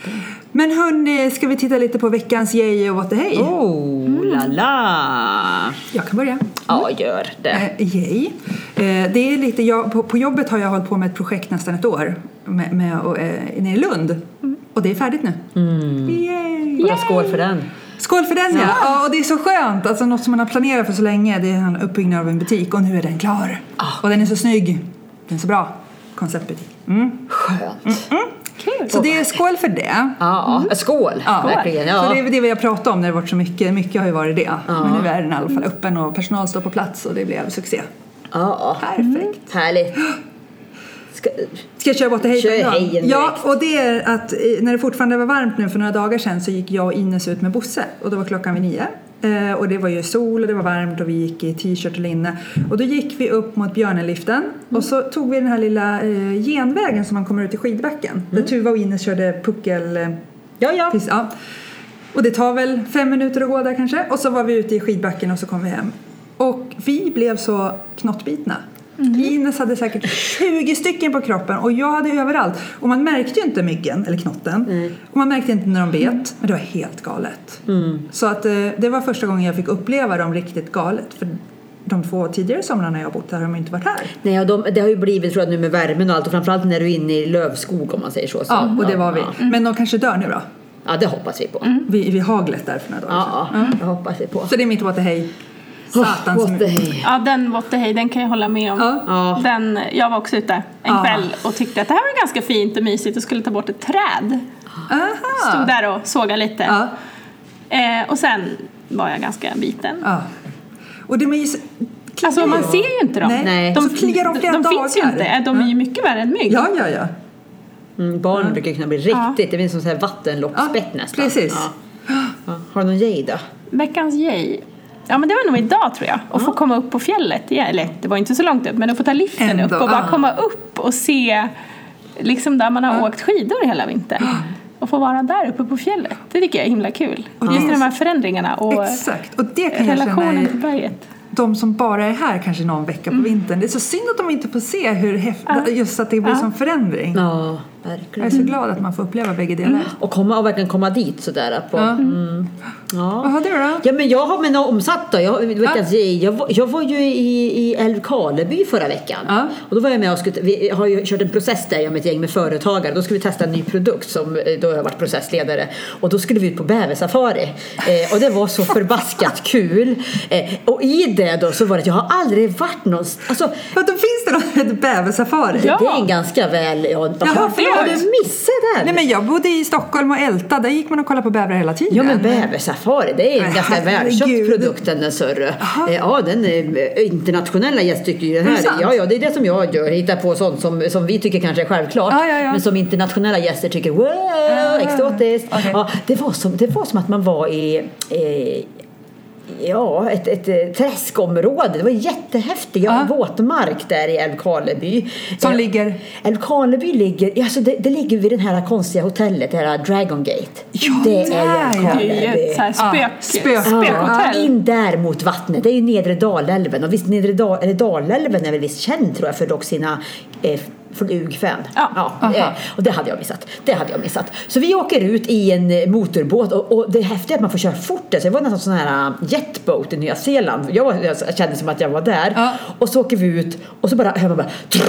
Men hörni, ska vi titta lite på veckans yay och what the hey? Oh, la la. Jag kan börja. Ja, gör det. Eh, yay. Eh, det är lite, jag, på, på jobbet har jag hållit på med ett projekt nästan ett år med, med, och, eh, nere i Lund. Och det är färdigt nu. Mm. Yay! Bara skål för den. Skål för den, ja. ja! Och det är så skönt. Alltså något som man har planerat för så länge. Det är en uppbyggnad av en butik. Och nu är den klar. Ah. Och den är så snygg. Den är så bra. Konceptbutik. Mm. Skönt. Kul. Så det är skål för det. Ja, skål. Ja, Verkligen. Ja. Så det är det vi har pratat om när det har varit så mycket. Mycket har ju varit det. Men nu är den i alla fall öppen och personal står på plats och det blev succé. Ja, Perfekt. härligt. Ska, Ska jag köra bort det hej? Kör på en gång? hejen direkt. Ja, och det är att eh, när det fortfarande var varmt nu för några dagar sedan så gick jag och Ines ut med Bosse och då var klockan vid nio. Eh, och det var ju sol och det var varmt och vi gick i t-shirt och linne. Och då gick vi upp mot Björneliften Mm. och så tog vi den här lilla eh, genvägen som man kommer ut i skidbacken. Mm. Där Tuva och Ines körde puckel... Eh, ja, ja. Precis, ja. Och det tar väl fem minuter att gå där kanske. Och så var vi ute i skidbacken och så kom vi hem. Och vi blev så knottbitna. Mm. Ines hade säkert tjugo stycken på kroppen och jag hade överallt. Och man märkte ju inte myggen eller knotten. Mm. Och man märkte inte när de bet. Mm. Men det var helt galet. Mm. Så att, eh, det var första gången jag fick uppleva dem riktigt galet. För de två tidigare somrarna jag har bott här har de inte varit här. Nej, och de, det har ju blivit, tror jag, nu med värmen och allt. Och framförallt när du är inne i lövskog, om man säger så. så Ja, och det var vi. Ja. Men de kanske dör nu då? Ja, det hoppas vi på. Mm. Vi, vi haglet där för några dagar Ja, sedan. ja, det hoppas vi på. Så det är mitt what the hey. Satan Oh, som... what the hey. Ja, den what the hey, den kan jag hålla med om. Ja. Ja. Den, jag var också ute en Ja. kväll och tyckte att det här var ganska fint och mysigt och skulle ta bort ett träd. Aha. Stod där och sågade lite. Ja. Eh, och sen var jag ganska biten. Ja. Och det är ju så... Alltså man ser ju inte dem. Nej. Nej. De, Så kliar de flera de finns ju dagar. inte. De är ju mycket värre än mygg. Ja, ja, ja. Mm, barnen brukar kunna bli riktigt, Ja. det blir som så här vattenloppsbett Ja, nästan. precis. Ja. Ja. Har du någon yay då? Veckans yay. Ja, men det var nog idag tror jag. Att få komma upp på fjället. Ja, eller det var inte så långt upp, men att få ta liften Ändå, upp och bara ah. komma upp och se liksom där man har åkt skidor hela vintern. Och få vara där uppe på fjället. Det tycker jag är himla kul. Och Just det är de här så- förändringarna och Exakt. Och det kan jag känna relationen är- till berget. de som bara är här kanske någon vecka på vintern. Det är så synd att de inte får se hur häftigt, Ja. just att det blir Ja. som förändring. Ja, Jag verkligen. är så glad att man får uppleva bägge delar. Och komma och verkligen komma dit sådär på. Ja. Mm. Ja. Vad har du då? Ja, men jag har med något omsatt då. Jag, veckans yay. jag, var, jag var ju i, i Älvkarleby förra veckan. Ja. Och då var jag med och skulle, vi har ju kört en process där jag med ett gäng med företagare. Då skulle vi testa en ny produkt som då har jag varit processledare. Och då skulle vi ut på bäversafari. Eh, och det var så förbaskat kul. Eh, och i det då så var det att jag har aldrig varit någonstans. Alltså, För att då finns det något ett bäversafari. Ja. det är en ganska väl... Ja, Jaha, Det oj. du missat den? Nej, men jag bodde i Stockholm och Älta. Där gick man och kollade på bävrar hela tiden. Ja, men bäversafari, det är en Men ganska herregud. välköpt produkt den där sörre. Ja, den är internationella gäst tycker ju det Är det här. sant? Ja, ja, det är det som jag gör. Hittar på sånt som, som vi tycker kanske är självklart. Ja, ja, ja. Men som internationella gäster tycker, wow, exotiskt. Okej. Ja, det, var som, det var som att man var i... Eh, Ja, ett, ett träskområde. Det var jättehäftiga Ja. våtmark där i Älvkarleby. Som Eh, ligger... Älvkarleby ligger, alltså det, det ligger vid det här konstiga hotellet, det här Dragon Gate. Ja, det är där, ja. Det är ju Älvkarleby. ett så här Ja, spök, spök- spökhotell. Ja, in där mot vattnet. Det är ju nedre Dalälven. Och visst, nedre Dal, eller Dalälven är väl visst känd tror jag för dock sina eh, flugfän. Ja. Aha. eh, och det hade jag missat. Det hade jag missat. Så vi åker ut i en eh, motorbåt och, och det är häftigt att man får köra fort. Så det var nästan sån här uh, jetboat i Nya Zeeland. Jag, var, jag kände som att jag var där. Ja. Och så åker vi ut och så bara hör man bara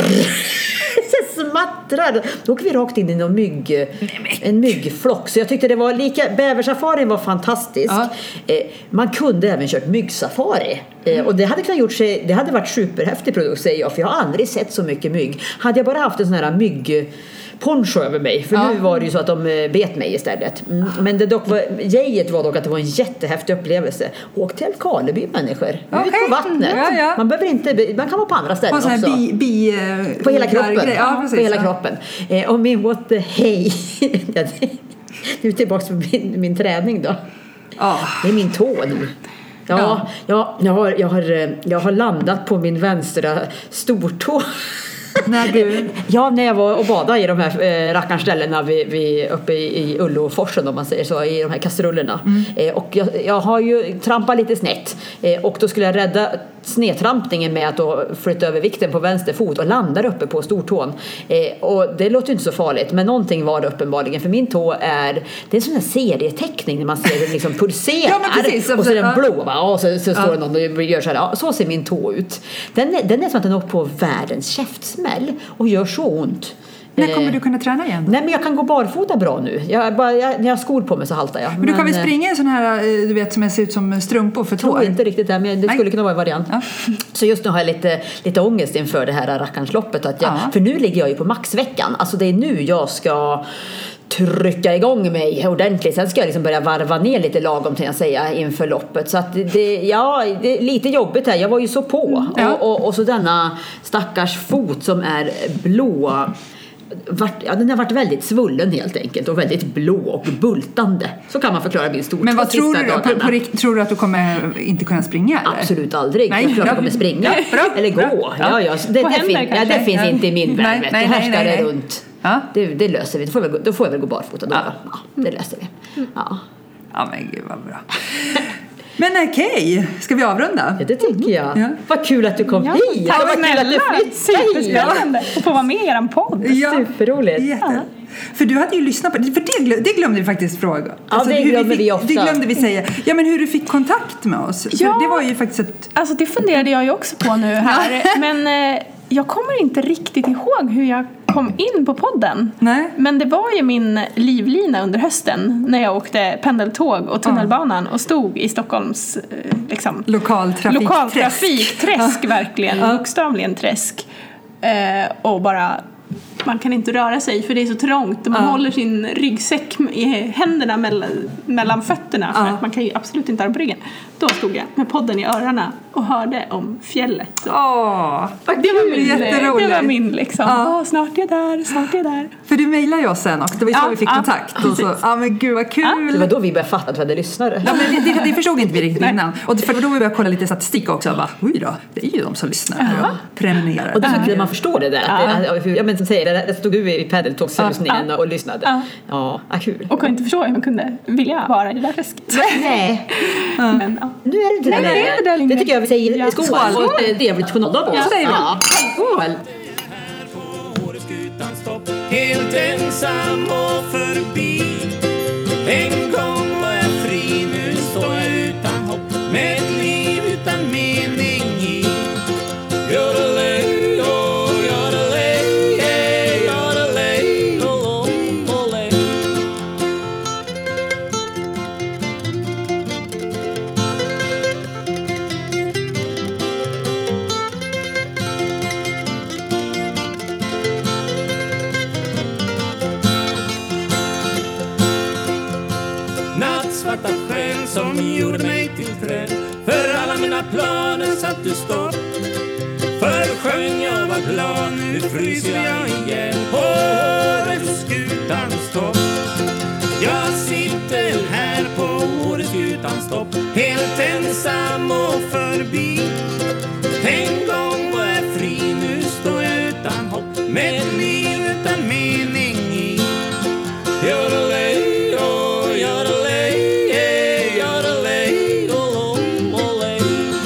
så smattrar. Då åker vi rakt in i någon mygg, en myggflock. Så jag tyckte det var lika, bäversafarin var fantastisk. Ja. Eh, man kunde även kört myggsafari. Eh, och det hade kunnat gjort sig, det hade varit superhäftig produkt säger jag. För jag har aldrig sett så mycket mygg. Hade jag bara haft en sån här mygg poncho över mig. För Ja. nu var det ju så att de bet mig istället. Mm. Men det dock var, gejet var dock att det var en jättehäftig upplevelse. Åk till Älvkarleby människor. Ut Okej. på vattnet. Ja, ja. Man behöver inte, man kan vara på andra ställen På sån här också. bi, bi, eh, På hela kroppen. grej. Ja, precis. på hela ja. kroppen. Eh, och min what the hey. Nu är tillbaka på min, min träning då. Ja. Det är min tå nu. Ja, Ja. ja. Jag, har, jag, har, jag har landat på min vänstra stortå. När du... Ja, när jag var och badade i de här eh, rackarns ställena vi, vi, uppe i, i Ulloforsen om man säger så, i de här kastrullerna. Mm. Eh, och jag, jag har ju trampat lite snett eh, och då skulle jag rädda snedtrampningen med att då flytta över vikten på vänster fot och landar uppe på stortån. Eh, och det låter ju inte så farligt, men någonting var det uppenbarligen, för min tå är, det är en sån här serieteckning när man ser den liksom pulsera. Ja, men precis. Och så är den Ja. blå, va? Och så, så står Ja. det någon och gör så här, ja, så ser min tå ut. Den är, den är som att den åker på världens käftsmäll och gör så ont. När kommer Eh, du kunna träna igen? Nej, men jag kan gå barfota bra nu. Jag, bara, jag, när jag har skor på mig så haltar jag. Men du kan väl eh, springa i en sån här, eh, du vet, som ser ut som strumpor för Jag tror tår? inte riktigt det, men det Nej. skulle kunna vara en variant. Ja. Så just nu har jag lite, lite ångest inför det här rackarnsloppet. Att jag, Ja. För nu ligger jag ju på maxveckan. Alltså det är nu jag ska trycka igång mig ordentligt. Sen ska jag liksom börja varva ner lite lagom till jag säga inför loppet. Så att det, ja, det är lite jobbigt här. Jag var ju så på. Ja. Och, och, och så denna stackars fot som är blå. Vart, ja, den har varit väldigt svullen helt enkelt och väldigt blå och bultande. Så kan man förklara min stortå. Men vad tror sista du då? På, dagarna. på, rikt- tror du att du kommer inte kunna springa? Eller? Absolut aldrig. Nej, jag tror att bra. jag kommer springa. Ja, bra, eller gå. bra. Ja, ja. Det, På det, händer fin, ja, kanske. det finns Ja. inte i min Nej, värld. nej, Det nej, härskar nej, nej. runt. Ja. Det, det löser vi. Då får, vi, då får jag väl gå barfota. Då. Ja. Ja, det löser vi. Ja. Ja, men gud vad bra. Men okej, ska vi avrunda? Ja, det tycker jag. Ja. Vad kul att du kom Ja, hit. tack Vad kul att du snälla. flyttade hit. Superspännande att få vara med i er podd. Ja. Superroligt. Jätte. För du hade ju lyssnat på det, för det, glöm, det glömde vi faktiskt fråga. Alltså, det hur glömmer fick, vi ofta. Det glömde vi säga. Ja, men hur du fick kontakt med oss. Ja. För det var ju faktiskt ett... Alltså det funderade jag ju också på nu här. Men eh, jag kommer inte riktigt ihåg hur jag kom in på podden. Nej. Men det var ju min livlina under hösten när jag åkte pendeltåg och tunnelbanan och stod i Stockholms eh, liksom, Lokaltrafik. lokaltrafikträsk, verkligen, Ja. bokstavligen träsk. Eh, och bara, man kan inte röra sig för det är så trångt och man Ja. håller sin ryggsäck i händerna mellan, mellan fötterna för Ja. att man kan ju absolut inte ha på ryggen. Då stod jag med podden i öronen och hörde om fjället. Åh, Det var min, jätteroligt. det var min liksom, Ja. Åh, snart är jag där, snart är jag där. För du mejlade ju oss sen och det var ju så Ja, vi fick ja, kontakt. Och så, precis. ja men gud vad kul. Det var då vi började fatta att vi hade lyssnare. Ja, men det, det, det förstod inte vi riktigt innan. Och för då vi började kolla lite statistik också. Och bara, oj då, det är ju de som lyssnar och prenumererar. Och då tyckte man förstår det där. Att det, att, hur, ja, men som säger, där stod du i pendeltågsrusningen Ja. och lyssnade. Ja. Ja, ja, kul. Och kunde inte förstå hur man kunde vilja vara i det där träsket. Nej, Men, ja. nu är det inte Nej, det nu är det där längre. Det tycker jag vi säger Ja. skål. Skål. Och ett trevligt journaldag på Ja, oss. säger vi. Ja. Skål. Här på Åreskutans topp, helt ensam och förbi. En gång var jag fri, nu står jag utan hopp, med ett liv utan mening i. Yodelay, oh, yodelay, hey, yodelay, oh, oh, olay. som gjorde mig till träd. För alla mina planer satt du stopp. För sjöng jag var glad, nu fryser jag igen på Åreskutans topp. Jag sitter här på Åreskutans topp, helt ensam och förbi. En gång var jag fri, nu står jag utan hopp, med ett liv utan mening i. Yodelay, oh, yodelay, yeah, yodelay, oh, oh, olay.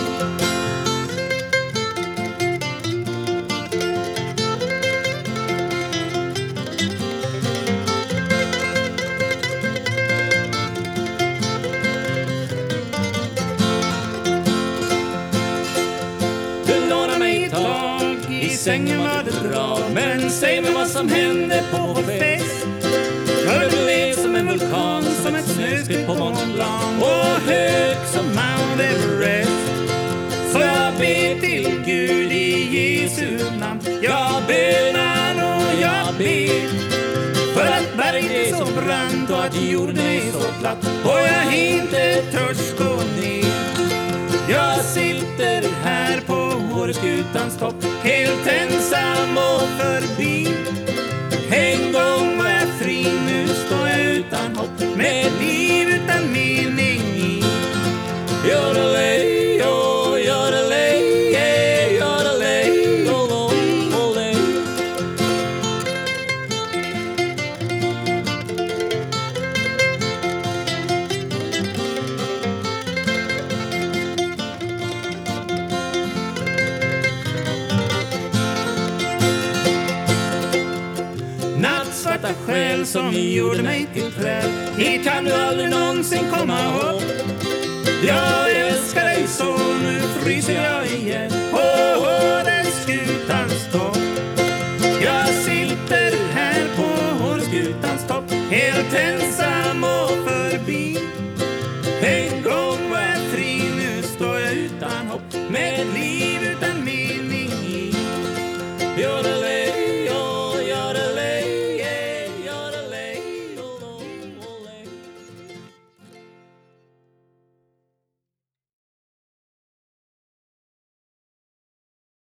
Du lånar mig ett tag, i sängen var det bra. Men säg mig vad som hände på vår fest. För du blev som en vulkan, som ett snöskred på Mont Blanc och hög som Mount Everest. Så jag ber till Gud i Jesu namn. Jag bönar och jag ber för att berget är så brant och att jorden är så platt och jag inte törs gå ner. Jag sitter här på Åreskutans topp, helt ensam och förbi. En gång var jag fri, nu står jag utan hopp, med ett liv utan mening i. Yodelay, oh, yodelay, yeah, yodelay, oh, oh, olay. Nattsvarta själ som gjorde mig till träd, hit kan du aldrig någonsin komma upp. Jag älskar dig så, nu fryser jag igen på Åreskutans topp. Jag sitter här på Åreskutans topp, helt ensam och förbi. En gång var jag fri, nu står jag utan hopp, med ett liv